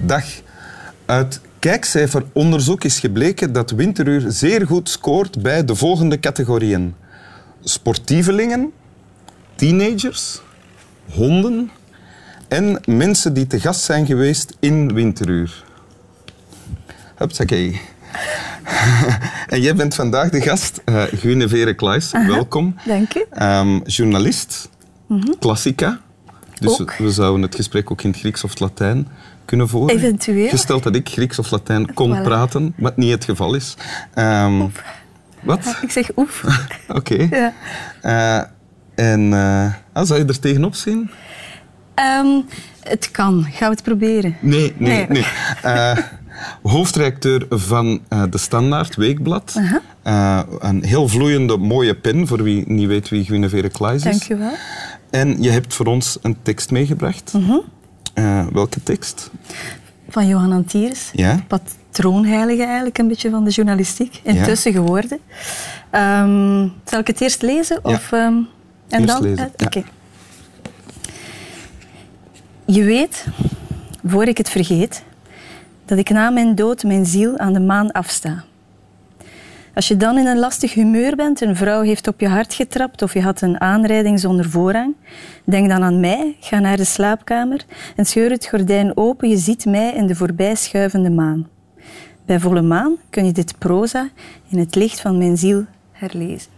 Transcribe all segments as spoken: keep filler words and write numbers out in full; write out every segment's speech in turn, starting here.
dag. Uit kijkcijferonderzoek is gebleken dat Winteruur zeer goed scoort bij de volgende categorieën. Sportievelingen, teenagers, honden en mensen die te gast zijn geweest in Winteruur. Hupsakee. En jij bent vandaag de gast, uh, Guinevere Claes. Uh-huh. Welkom. Dank u. Um, journalist, mm-hmm. Klassica. Dus ook. we zouden het gesprek ook in het Grieks of het Latijn kunnen voeren. Eventueel. Gesteld dat ik Grieks of Latijn kon voilà. praten, wat niet het geval is. Um, oef. Wat? Ja, ik zeg oef. Oké. Okay. Ja. Uh, en uh, ah, zou je er tegenop zien? Um, het kan. Gaan we het proberen? Nee, nee, nee. nee. Uh, hoofdredacteur van uh, De Standaard, Weekblad. Uh-huh. Uh, een heel vloeiende, mooie pen, voor wie niet weet wie Guinevere Claes is. Dank je wel. En je hebt voor ons een tekst meegebracht. Uh-huh. Uh, welke tekst? Van Johan Antiers. Ja? Patroonheilige eigenlijk, een beetje van de journalistiek. Intussen ja. geworden. Um, zal ik het eerst lezen? Ja. Of, um, en eerst dan? lezen. Ja. Oké. Okay. Je weet, voor ik het vergeet, dat ik na mijn dood mijn ziel aan de maan afsta. Als je dan in een lastig humeur bent, een vrouw heeft op je hart getrapt of je had een aanrijding zonder voorrang, denk dan aan mij, ga naar de slaapkamer en scheur het gordijn open, je ziet mij in de voorbijschuivende maan. Bij volle maan kun je dit proza in het licht van mijn ziel herlezen.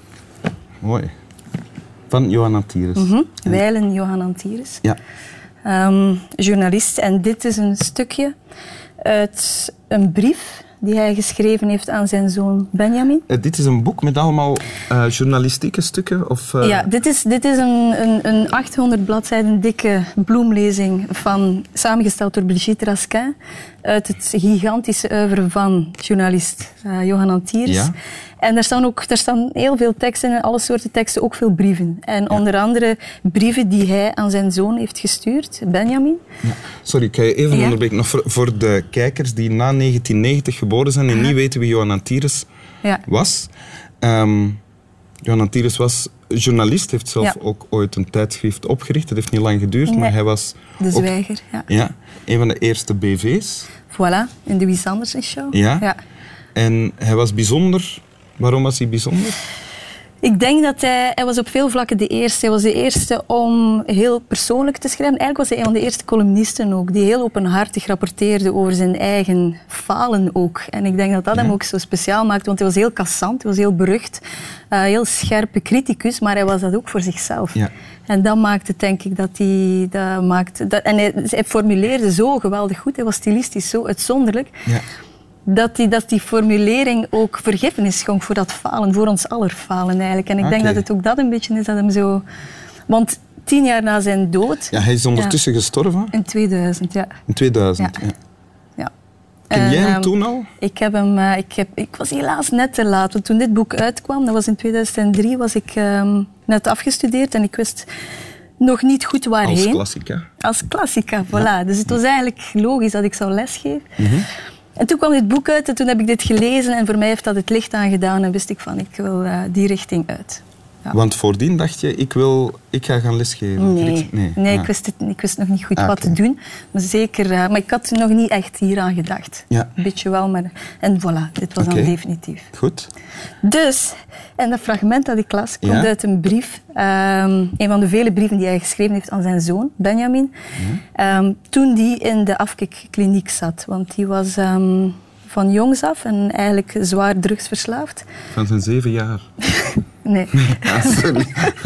Mooi. Van Johan Antiers. Mm-hmm. Wijlen Johan Antiers. Ja. Um, journalist. En dit is een stukje uit een brief die hij geschreven heeft aan zijn zoon Benjamin. Uh, dit is een boek met allemaal uh, journalistieke stukken? Of, uh... Ja, dit is, dit is een, een, een achthonderd bladzijden dikke bloemlezing van, samengesteld door Brigitte Raskin uit het gigantische oeuvre van journalist uh, Johan Antiers. Ja. En daar staan, ook, daar staan heel veel teksten in, alle soorten teksten, ook veel brieven. En ja. onder andere brieven die hij aan zijn zoon heeft gestuurd, Benjamin. Ja. Sorry, ik ga je even ja. onderbreken. Nog voor, voor de kijkers die na negentien negentig geboren zijn en ja. niet weten wie Johan Antiers ja. was. Um, Johan Antiers was journalist, heeft zelf ja. ook ooit een tijdschrift opgericht. Dat heeft niet lang geduurd, nee. maar hij was... De Zwijger, ook, ja. ja. Een van de eerste B V's. Voilà, in de Wies Andersen Show. Ja. ja. En hij was bijzonder... Waarom was hij bijzonder? Ik denk dat hij... Hij was op veel vlakken de eerste. Hij was de eerste om heel persoonlijk te schrijven. Eigenlijk was hij een van de eerste columnisten ook, die heel openhartig rapporteerde over zijn eigen falen ook. En ik denk dat dat ja. hem ook zo speciaal maakte, want hij was heel cassant, hij was heel berucht, uh, heel scherpe criticus, maar hij was dat ook voor zichzelf. Ja. En dat maakte, denk ik, dat hij... Dat maakte, dat, en hij, hij formuleerde zo geweldig goed, hij was stilistisch zo uitzonderlijk... Ja. Dat die, dat die formulering ook vergiffenis schonk voor dat falen, voor ons aller falen eigenlijk. En ik okay. denk dat het ook dat een beetje is dat hem zo... Want tien jaar na zijn dood... Ja, hij is ondertussen ja. gestorven? In tweeduizend, ja. In tweeduizend, ja. ja. ja. Ken en, jij hem um, toen al? Ik, heb hem, uh, ik, heb, ik was helaas net te laat. Want toen dit boek uitkwam, dat was in tweeduizend drie, was ik um, net afgestudeerd en ik wist nog niet goed waarheen. Als klassica? Als klassica, voilà. Ja. Dus het was eigenlijk logisch dat ik zou lesgeven. Mm-hmm. En toen kwam dit boek uit en toen heb ik dit gelezen en voor mij heeft dat het licht aangedaan en wist ik van, ik wil uh, die richting uit. Ja. Want voordien dacht je, ik, wil, ik ga gaan lesgeven? Nee, nee, nee ja. ik, wist het, ik wist nog niet goed ah, wat okay. te doen. Maar, zeker, uh, maar ik had nog niet echt hieraan gedacht. Ja. Een beetje wel, maar... En voilà, dit was okay. dan definitief. Goed. Dus, en dat fragment dat ik las, komt ja. uit een brief. Um, een van de vele brieven die hij geschreven heeft aan zijn zoon, Benjamin. Ja. Um, toen die in de afkikkliniek zat. Want die was... Um, van jongs af en eigenlijk zwaar drugsverslaafd. Van zijn zeven jaar? Nee. Ja, sorry.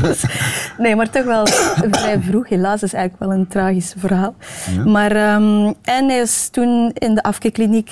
Nee, maar toch wel vrij vroeg. Helaas is eigenlijk wel een tragisch verhaal. Ja. Maar, um, en hij is toen in de afkikkliniek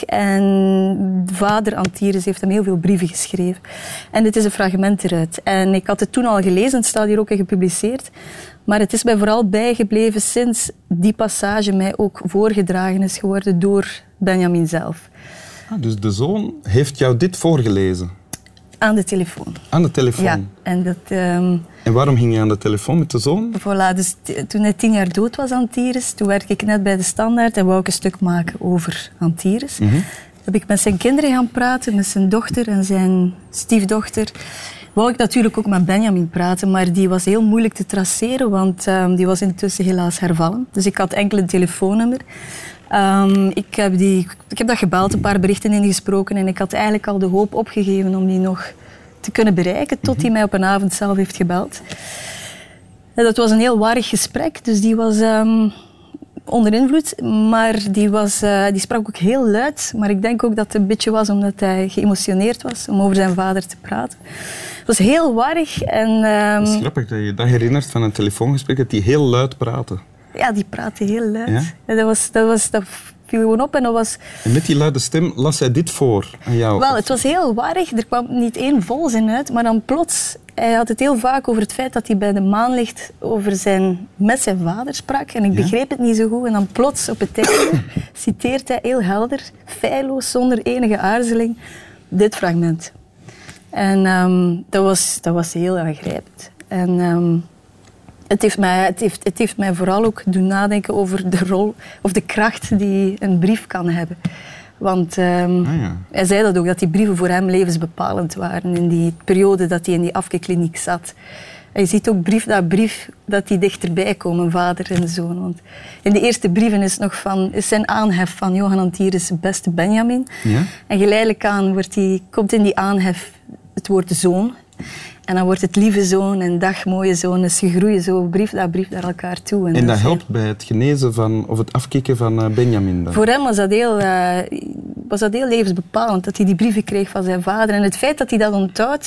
en vader Antiers heeft hem heel veel brieven geschreven. En dit is een fragment eruit. En ik had het toen al gelezen, het staat hier ook in gepubliceerd. Maar het is mij vooral bijgebleven sinds die passage mij ook voorgedragen is geworden door Benjamin zelf. Ah, dus de zoon heeft jou dit voorgelezen? Aan de telefoon. Aan de telefoon? Ja. En, dat, um... en waarom ging je aan de telefoon met de zoon? Voilà, dus t- toen hij tien jaar dood was, Antiers, toen werkte ik net bij de Standaard en wou ik een stuk maken over Antiers. Mm-hmm. Heb ik met zijn kinderen gaan praten, met zijn dochter en zijn stiefdochter. Wou ik natuurlijk ook met Benjamin praten, maar die was heel moeilijk te traceren, want um, die was intussen helaas hervallen. Dus ik had enkel een telefoonnummer. Um, ik, heb die, ik heb dat gebeld, een paar berichten ingesproken en ik had eigenlijk al de hoop opgegeven om die nog te kunnen bereiken, tot hij mij op een avond zelf heeft gebeld. En dat was een heel warrig gesprek, dus die was um, onder invloed, maar die, was, uh, die sprak ook heel luid. Maar ik denk ook dat het een beetje was omdat hij geëmotioneerd was om over zijn vader te praten. Het was heel warrig. En, um, het is grappig dat je dat herinnert van een telefoongesprek, dat die heel luid praten. Ja, die praatte heel luid. Ja? En dat, was, dat, was, dat viel gewoon op en dat was... En met die luide stem las hij dit voor aan jou? Wel, het was heel warrig. Er kwam niet één volzin uit, maar dan plots... Hij had het heel vaak over het feit dat hij bij de maanlicht over zijn, met zijn vader sprak. En ik Ja? begreep het niet zo goed. En dan plots op het einde citeert hij heel helder, feilloos, zonder enige aarzeling, dit fragment. En um, dat, was, dat was heel aangrijpend. En... Um, Het heeft, mij, het, heeft, het heeft mij vooral ook doen nadenken over de rol of de kracht die een brief kan hebben. Want um, ah, ja. hij zei dat ook, dat die brieven voor hem levensbepalend waren in die periode dat hij in die afkeerkliniek zat. En je ziet ook brief na brief dat die dichterbij komen, vader en zoon. Want in de eerste brieven is, nog van, is zijn aanhef van Johan Antiris beste Benjamin. Ja? En geleidelijk aan wordt die, komt in die aanhef het woord zoon. En dan wordt het lieve zoon en dag mooie zoon. Dus ze groeien zo brief na brief naar elkaar toe. En, en dat helpt bij het genezen van, of het afkicken van Benjamin dan? Voor hem was dat, heel, uh, was dat heel levensbepalend, dat hij die brieven kreeg van zijn vader. En het feit dat hij dat onthoudt,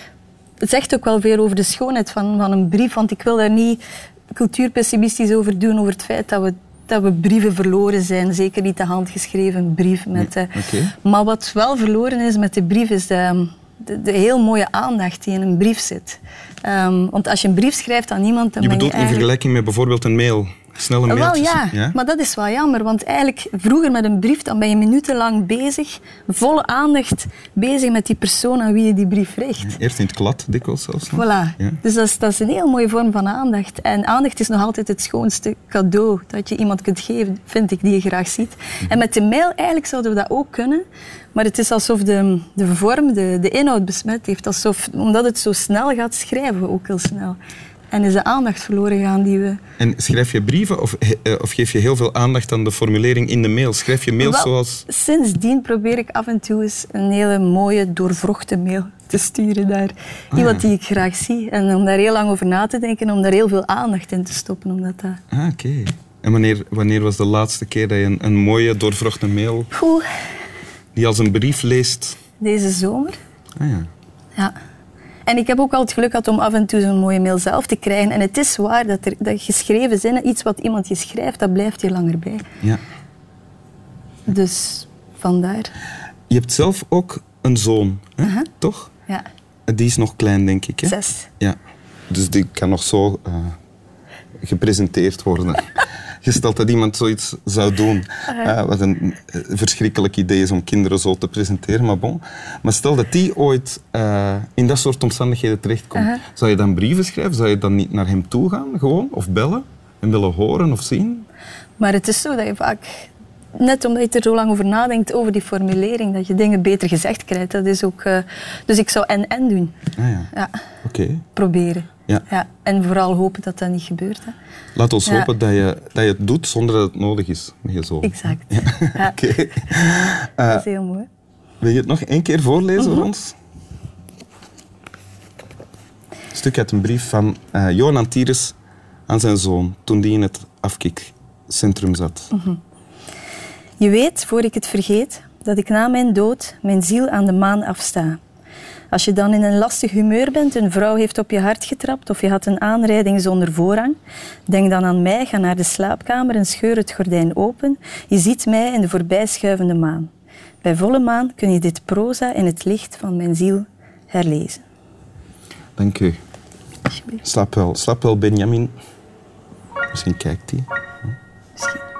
het zegt ook wel veel over de schoonheid van, van een brief. Want ik wil daar niet cultuurpessimistisch over doen, over het feit dat we, dat we brieven verloren zijn. Zeker niet de handgeschreven brief. Met, uh, okay. Maar wat wel verloren is met de brief, is de... De, de heel mooie aandacht die in een brief zit. Um, want als je een brief schrijft aan iemand... Dan je ben bedoelt je in eigenlijk... vergelijking met bijvoorbeeld een mail? Snelle mailtjes? Wel ja, ja, maar dat is wel jammer. Want eigenlijk, vroeger met een brief, dan ben je minutenlang bezig, volle aandacht bezig met die persoon aan wie je die brief richt. Ja, eerst in het klad, dikwijls zelfs. Nog. Voilà. Ja. Dus dat is, dat is een heel mooie vorm van aandacht. En aandacht is nog altijd het schoonste cadeau dat je iemand kunt geven, vind ik, die je graag ziet. Mm-hmm. En met de mail, eigenlijk zouden we dat ook kunnen. Maar het is alsof de, de vorm, de, de inhoud besmet heeft. Alsof, omdat het zo snel gaat, schrijven we ook heel snel. En is de aandacht verloren gaan die we... En schrijf je brieven of, of geef je heel veel aandacht aan de formulering in de mail? Schrijf je mails Wel, zoals... Sindsdien probeer ik af en toe eens een hele mooie, doorvrochte mail te sturen naar ah, iemand ja. die ik graag zie. En om daar heel lang over na te denken en om daar heel veel aandacht in te stoppen. Omdat dat... Ah, oké. Okay. En wanneer, wanneer was de laatste keer dat je een, een mooie, doorvrochte mail... Oeh. Die als een brief leest? Deze zomer. Ah ja. Ja. En ik heb ook al het geluk gehad om af en toe zo'n mooie mail zelf te krijgen. En het is waar dat, er, dat geschreven zinnen, iets wat iemand je schrijft, dat blijft je langer bij. Ja. Dus vandaar. Je hebt zelf ook een zoon, hè? Uh-huh. Toch? Ja. Die is nog klein, denk ik. Hè? Zes. Ja. Dus die kan nog zo uh, gepresenteerd worden. Gesteld dat iemand zoiets zou doen. Uh, wat een uh, verschrikkelijk idee is om kinderen zo te presenteren, maar bon. Maar stel dat die ooit uh, in dat soort omstandigheden terechtkomt. Uh-huh. Zou je dan brieven schrijven? Zou je dan niet naar hem toe gaan, gewoon? Of bellen? En willen horen of zien? Maar het is zo dat je vaak... Net omdat je er zo lang over nadenkt, over die formulering, dat je dingen beter gezegd krijgt. Dat is ook, uh, dus ik zou en-en doen. Ah ja. Ja. Oké. Okay. Proberen. Ja. Ja. En vooral hopen dat dat niet gebeurt. Hè. Laat ons ja. hopen dat je, dat je het doet zonder dat het nodig is met je zoon. Exact. Ja. Ja. Oké. Okay. Uh, dat uh, is heel mooi. Wil je het nog één keer voorlezen voor uh-huh. ons? Een stuk uit een brief van uh, Johan Antiris aan zijn zoon, toen die in het afkikcentrum zat. Uh-huh. Je weet, voor ik het vergeet, dat ik na mijn dood mijn ziel aan de maan afsta. Als je dan in een lastig humeur bent, een vrouw heeft op je hart getrapt of je had een aanrijding zonder voorrang, denk dan aan mij, ga naar de slaapkamer en scheur het gordijn open. Je ziet mij in de voorbijschuivende maan. Bij volle maan kun je dit proza in het licht van mijn ziel herlezen. Dank u. Slaap wel, slaap wel, Benjamin. Misschien kijkt hij. Misschien.